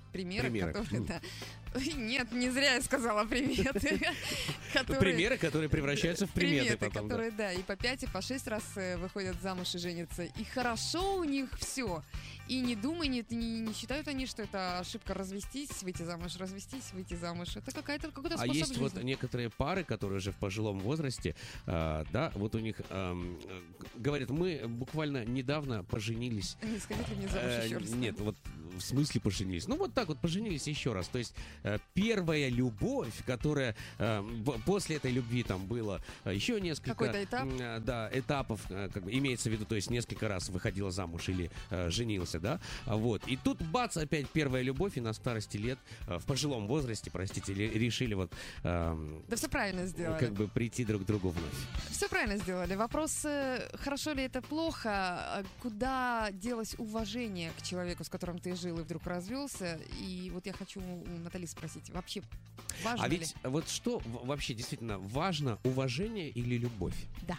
S4: Да. Нет, не зря я сказала приметы.
S5: Примеры, которые превращаются в приметы потом.
S4: Которые, да, и по 5, и по 6 раз выходят замуж и женятся. И хорошо у них все. И не думай, не считают они, что это ошибка развестись, выйти замуж, выйти замуж. Это какой-то способ жизни.
S5: Есть вот некоторые пары, которые уже в пожилом возрасте, да, вот у них говорят, мы буквально недавно поженились.
S4: Не сходите мне замуж еще раз.
S5: Нет, вот в смысле поженились? Ну вот так вот поженились еще раз. То есть первая любовь, которая после этой любви там было еще несколько...
S4: Какой-то этап?
S5: Да, этапов, как бы, имеется в виду, то есть несколько раз выходила замуж или женился, да, вот. И тут бац, опять первая любовь, и на старости лет, в пожилом возрасте, простите, решили вот...
S4: Да все правильно сделали.
S5: Как бы прийти друг к другу вновь.
S4: Все правильно сделали. Вопрос, хорошо ли это плохо, куда делось уважение к человеку, с которым ты жил и вдруг развелся. И вот я хочу у Натальи спросить, вообще важно ли?
S5: А ведь вот что вообще действительно важно, уважение или любовь?
S4: Да.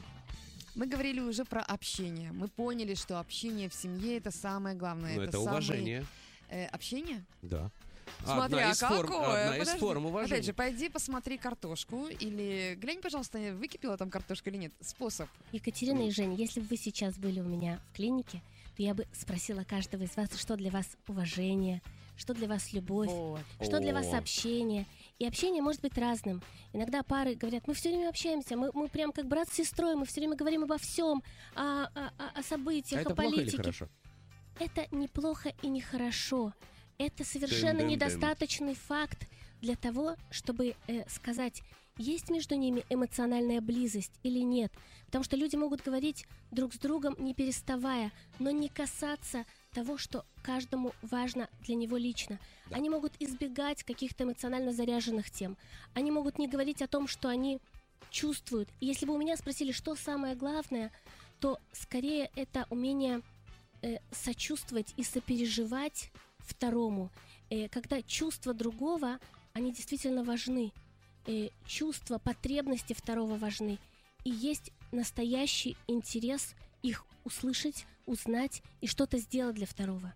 S4: Мы говорили уже про общение. Мы поняли, что общение в семье — это самое главное.
S5: Ну, это уважение.
S4: Общение?
S5: Да.
S4: Смотри,
S5: одна из форм,
S4: какое?
S5: одна из форм уважения.
S4: Опять же, пойди посмотри картошку или глянь, пожалуйста, выкипела там картошка или нет. Способ.
S3: Екатерина и Женя, если бы вы сейчас были у меня в клинике, то я бы спросила каждого из вас, что для вас уважение, что для вас любовь, что для вас общение. И общение может быть разным. Иногда пары говорят, мы все время общаемся, мы прям как брат с сестрой, мы все время говорим обо всем, о событиях,
S5: это
S3: о политике.
S5: Плохо или хорошо?
S3: Это неплохо и нехорошо. Это совершенно недостаточный факт для того, чтобы сказать, есть между ними эмоциональная близость или нет. Потому что люди могут говорить друг с другом, не переставая, но не касаться того, что каждому важно для него лично. Да. Они могут избегать каких-то эмоционально заряженных тем. Они могут не говорить о том, что они чувствуют. И если бы у меня спросили, что самое главное, то скорее это умение сочувствовать и сопереживать второму. Когда чувства другого, они действительно важны. Чувства, потребности второго важны. И есть настоящий интерес их услышать, узнать и что-то сделать для второго.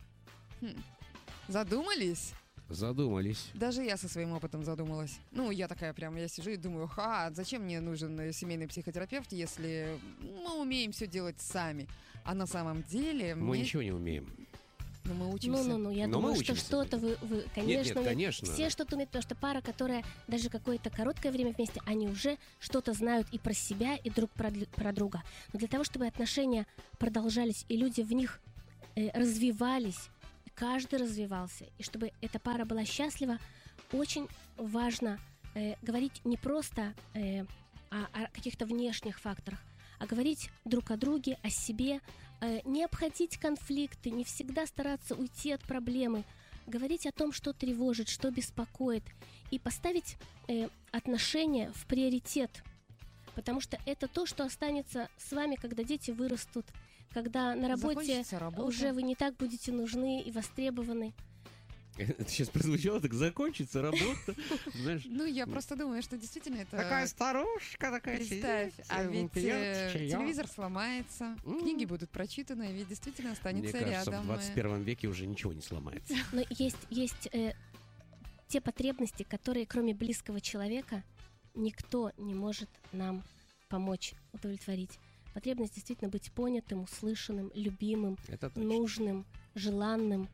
S4: Задумались?
S5: Задумались.
S4: Даже я со своим опытом задумалась. Ну, я такая прям, я сижу и думаю, зачем мне нужен семейный психотерапевт, если мы умеем все делать сами. А на самом деле...
S5: Мы ничего не умеем.
S4: Но мы учимся.
S3: Я думаю, что что-то вы конечно,
S5: нет, конечно.
S3: Все что-то умеют, потому что пара, которая даже какое-то короткое время вместе, они уже что-то знают и про себя, и друг про друга. Но для того, чтобы отношения продолжались, и люди в них развивались, каждый развивался, и чтобы эта пара была счастлива, очень важно говорить не просто о каких-то внешних факторах, а говорить друг о друге, о себе, не обходить конфликты, не всегда стараться уйти от проблемы, говорить о том, что тревожит, что беспокоит, и поставить отношения в приоритет, потому что это то, что останется с вами, когда дети вырастут, когда на работе уже вы не так будете нужны и востребованы.
S5: Это сейчас прозвучало, так закончится работа. Знаешь,
S4: ну, я просто думаю, что действительно это...
S5: Такая старушка, такая
S4: представь, а ведь телевизор сломается, книги будут прочитаны, ведь действительно останется рядом.
S5: Мне кажется, в 21 веке уже ничего не сломается.
S3: Но есть те потребности, которые, кроме близкого человека, никто не может нам помочь удовлетворить. Потребность действительно быть понятым, услышанным, любимым, нужным, желанным.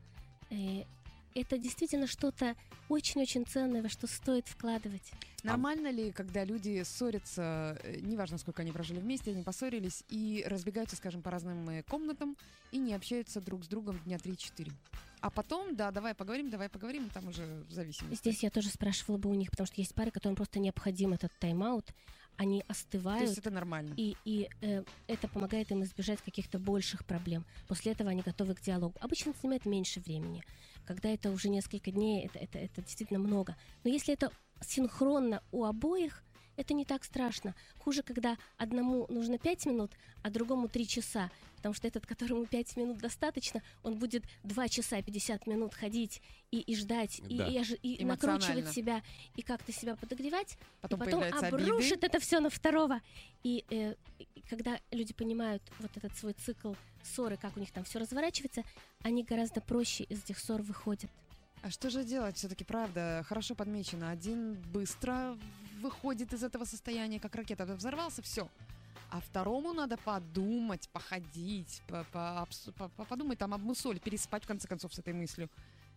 S3: Это действительно что-то очень-очень ценное, во что стоит вкладывать.
S4: Нормально ли, когда люди ссорятся, неважно, сколько они прожили вместе, они поссорились и разбегаются, скажем, по разным комнатам и не общаются друг с другом дня 3-4? А потом, давай поговорим, там уже в зависимости.
S3: Здесь я тоже спрашивала бы у них, потому что есть пары, которым просто необходим этот тайм-аут, они остывают.
S4: То есть это нормально.
S3: И это помогает им избежать каких-то больших проблем. После этого они готовы к диалогу. Обычно это занимает меньше времени. Когда это уже несколько дней, это действительно много. Но если это синхронно у обоих, это не так страшно. Хуже, когда одному нужно 5 минут, а другому 3 часа. Потому что этот, которому 5 минут достаточно, он будет 2 часа 50 минут ходить и ждать, и накручивать себя, и как-то себя подогревать, потом обрушит это все на второго. И когда люди понимают вот этот свой цикл ссоры, как у них там все разворачивается, они гораздо проще из этих ссор выходят.
S4: А что же делать? Все-таки, правда, хорошо подмечено. Один быстро выходит из этого состояния, как ракета. Взорвался, все. А второму надо подумать, походить, подумать, там, обмусоль, переспать, в конце концов, с этой мыслью.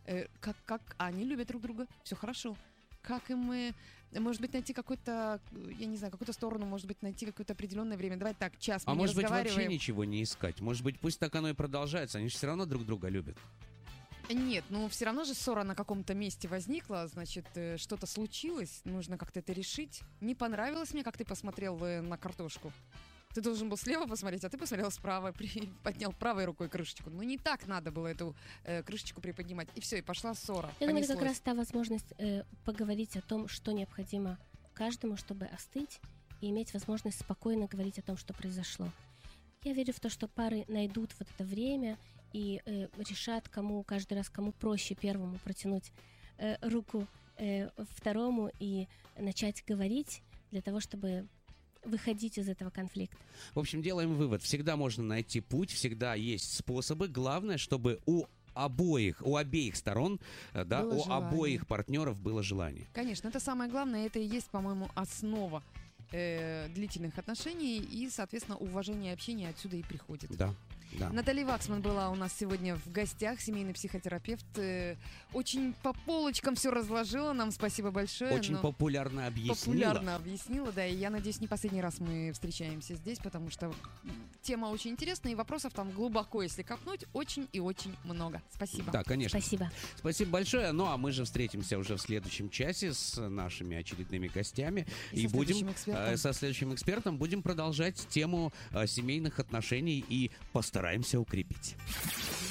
S4: Как они любят друг друга, все хорошо. Как им, может быть, найти какой-то, я не знаю, какую-то сторону, может быть, найти какое-то определенное время. Давай так, час мы не
S5: может быть,
S4: разговариваем.
S5: вообще ничего не искать. Может быть, пусть так оно и продолжается. Они же все равно друг друга любят.
S4: Нет, все равно же ссора на каком-то месте возникла, значит, что-то случилось, нужно как-то это решить. Не понравилось мне, как ты посмотрел на картошку. Ты должен был слева посмотреть, а ты посмотрел справа, поднял правой рукой крышечку. Ну, не так надо было эту крышечку приподнимать. И все, и пошла ссора.
S3: Я думаю, это как раз та возможность поговорить о том, что необходимо каждому, чтобы остыть, и иметь возможность спокойно говорить о том, что произошло. Я верю в то, что пары найдут вот это время и решат, каждый раз кому проще первому протянуть руку второму и начать говорить для того, чтобы выходить из этого конфликта.
S5: В общем, делаем вывод. Всегда можно найти путь, всегда есть способы. Главное, чтобы у обеих сторон, у обоих партнеров было желание.
S4: Конечно, это самое главное, это и есть, по-моему, основа длительных отношений, и, соответственно, уважение и общение отсюда и приходит.
S5: Да. Да.
S4: Наталья Ваксман была у нас сегодня в гостях, семейный психотерапевт. Очень по полочкам все разложила нам, спасибо большое.
S5: Очень популярно объяснила.
S4: Популярно объяснила, да, и я надеюсь, не последний раз мы встречаемся здесь, потому что тема очень интересная, и вопросов там глубоко, если копнуть, очень и очень много. Спасибо.
S5: Да, конечно.
S3: Спасибо.
S5: Спасибо большое. Ну, а мы же встретимся уже в следующем часе с нашими очередными гостями.
S4: И будем
S5: со следующим экспертом будем продолжать тему семейных отношений и постараемся укрепить.